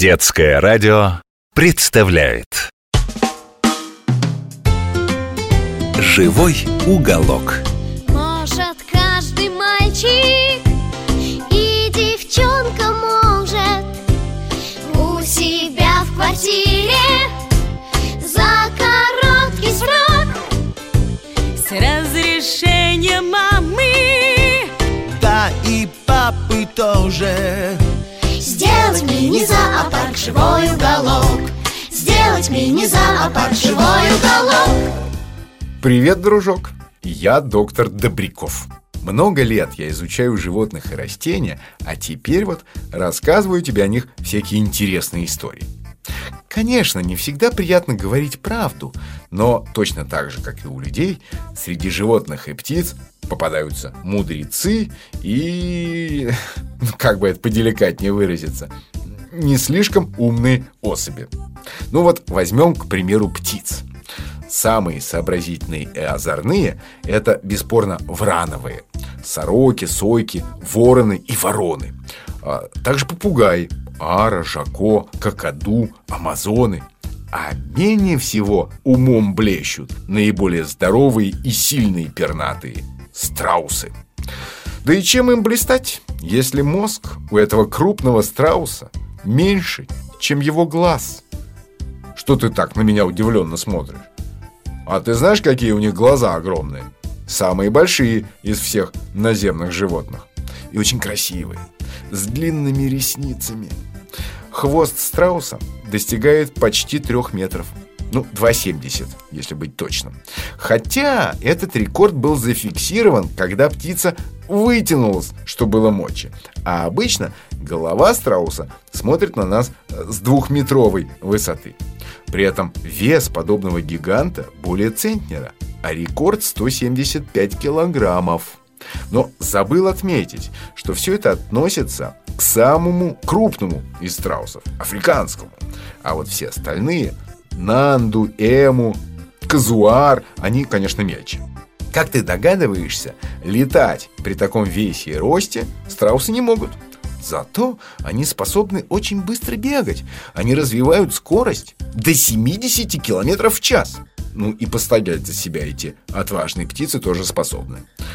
Детское радио представляет «Живой уголок». Может каждый мальчик и девчонка может у себя в квартире за короткий срок с разрешения мамы, да и папы тоже сделать мини-зоопарк, живой уголок. Сделать мини-зоопарк, живой уголок. Привет, дружок! Я доктор Добряков. Много лет я изучаю животных и растения, а теперь вот рассказываю тебе о них всякие интересные истории. Конечно, не всегда приятно говорить правду, но точно так же, как и у людей, среди животных и птиц попадаются мудрецы и, как бы это поделикатнее выразиться, не слишком умные особи. Ну вот возьмем, к примеру, птиц. Самые сообразительные и озорные – это, бесспорно, врановые. Сороки, сойки, вороны и вороны. А также попугаи – ара, жако, какаду, амазоны. А менее всего умом блещут наиболее здоровые и сильные пернатые – страусы. Да и чем им блистать, если мозг у этого крупного страуса меньше, чем его глаз? Что ты так на меня удивленно смотришь? А ты знаешь, какие у них глаза огромные? Самые большие из всех наземных животных. И очень красивые, с длинными ресницами. Хвост страуса достигает почти 3 метров. 2,70, если быть точным. Хотя этот рекорд был зафиксирован, когда птица вытянулась, что было мочи. А обычно голова страуса смотрит на нас с 2-метровой высоты. При этом вес подобного гиганта более центнера, а рекорд 175 килограммов. Но забыл отметить, что все это относится к самому крупному из страусов, африканскому. А вот все остальные – нанду, эму, казуар – они, конечно, мельче. Как ты догадываешься, летать при таком весе и росте страусы не могут. Зато они способны очень быстро бегать. Они развивают скорость до 70 километров в час. И постоять за себя эти отважные птицы тоже способны.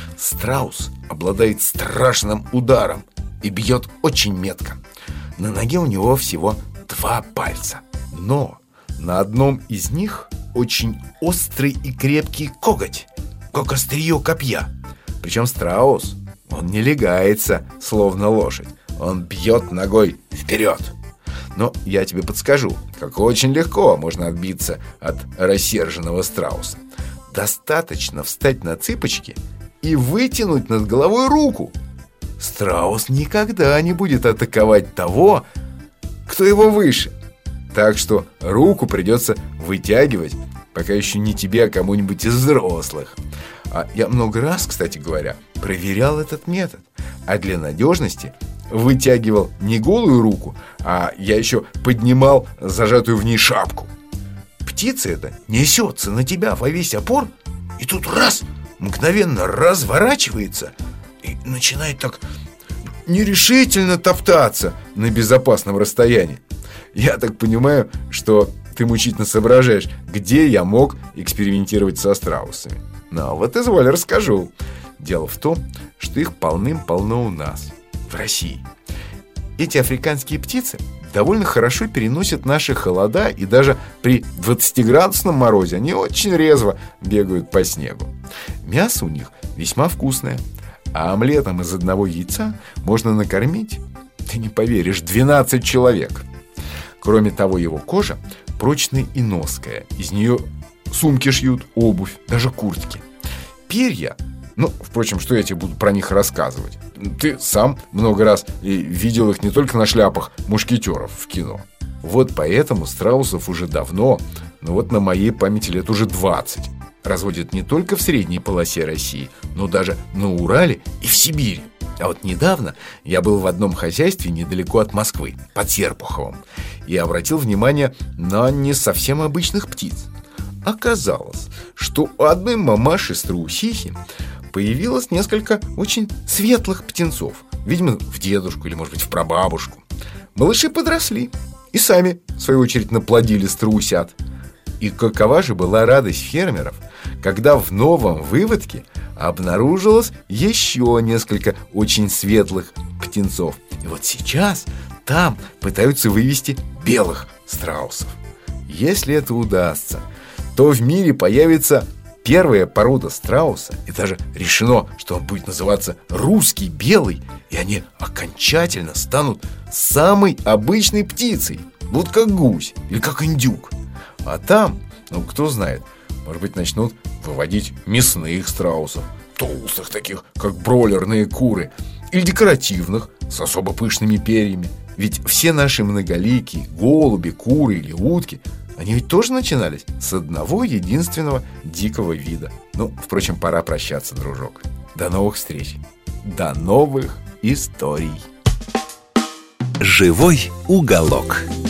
Страус обладает страшным ударом и бьет очень метко. На ноге у него всего 2 пальца. Но на одном из них очень острый и крепкий коготь, как острие копья. Причем страус, он не легается, словно лошадь. Он бьет ногой вперед. Но я тебе подскажу, как очень легко можно отбиться от рассерженного страуса. Достаточно встать на цыпочки и вытянуть над головой руку. Страус никогда не будет атаковать того, кто его выше. Так что руку придется вытягивать, пока еще не тебе, а кому-нибудь из взрослых. А я много раз, кстати говоря, проверял этот метод. А для надежности вытягивал не голую руку, а я еще поднимал зажатую в ней шапку. Птица эта несется на тебя во весь опор, и тут раз, мгновенно разворачивается и начинает так нерешительно топтаться на безопасном расстоянии. Я так понимаю, что ты мучительно соображаешь, где я мог экспериментировать со страусами. Вот изволь, расскажу. Дело в том, что их полным-полно у нас, в России. Эти африканские птицы довольно хорошо переносят наши холода, и даже при 20-градусном морозе они очень резво бегают по снегу. Мясо у них весьма вкусное, а омлетом из одного яйца можно накормить, ты не поверишь, 12 человек. Кроме того, его кожа прочная и ноская. Из нее сумки шьют, обувь, даже куртки. Перья, впрочем, что я тебе буду про них рассказывать? Ты сам много раз видел их не только на шляпах мушкетеров в кино. Вот поэтому страусов уже давно, на моей памяти лет уже 20, разводят не только в средней полосе России, но даже на Урале и в Сибири. А вот недавно я был в одном хозяйстве недалеко от Москвы, под Серпуховым, и обратил внимание на не совсем обычных птиц. Оказалось, что у одной мамаши-страусихи появилось несколько очень светлых птенцов. Видимо, в дедушку или, может быть, в прабабушку. Малыши подросли, и сами, в свою очередь, наплодили страусят. И какова же была радость фермеров, когда в новом выводке обнаружилось еще несколько очень светлых птенцов. И вот сейчас там пытаются вывести белых страусов. Если это удастся, то в мире появится первая порода страуса, и даже решено, что он будет называться русский белый, и они окончательно станут самой обычной птицей, вот как гусь или как индюк. А там, кто знает, может быть, начнут выводить мясных страусов, толстых таких, как бройлерные куры, или декоративных, с особо пышными перьями. Ведь все наши многоликие голуби, куры или утки, они ведь тоже начинались с одного единственного дикого вида. Впрочем, пора прощаться, дружок. До новых встреч. До новых историй. Живой уголок.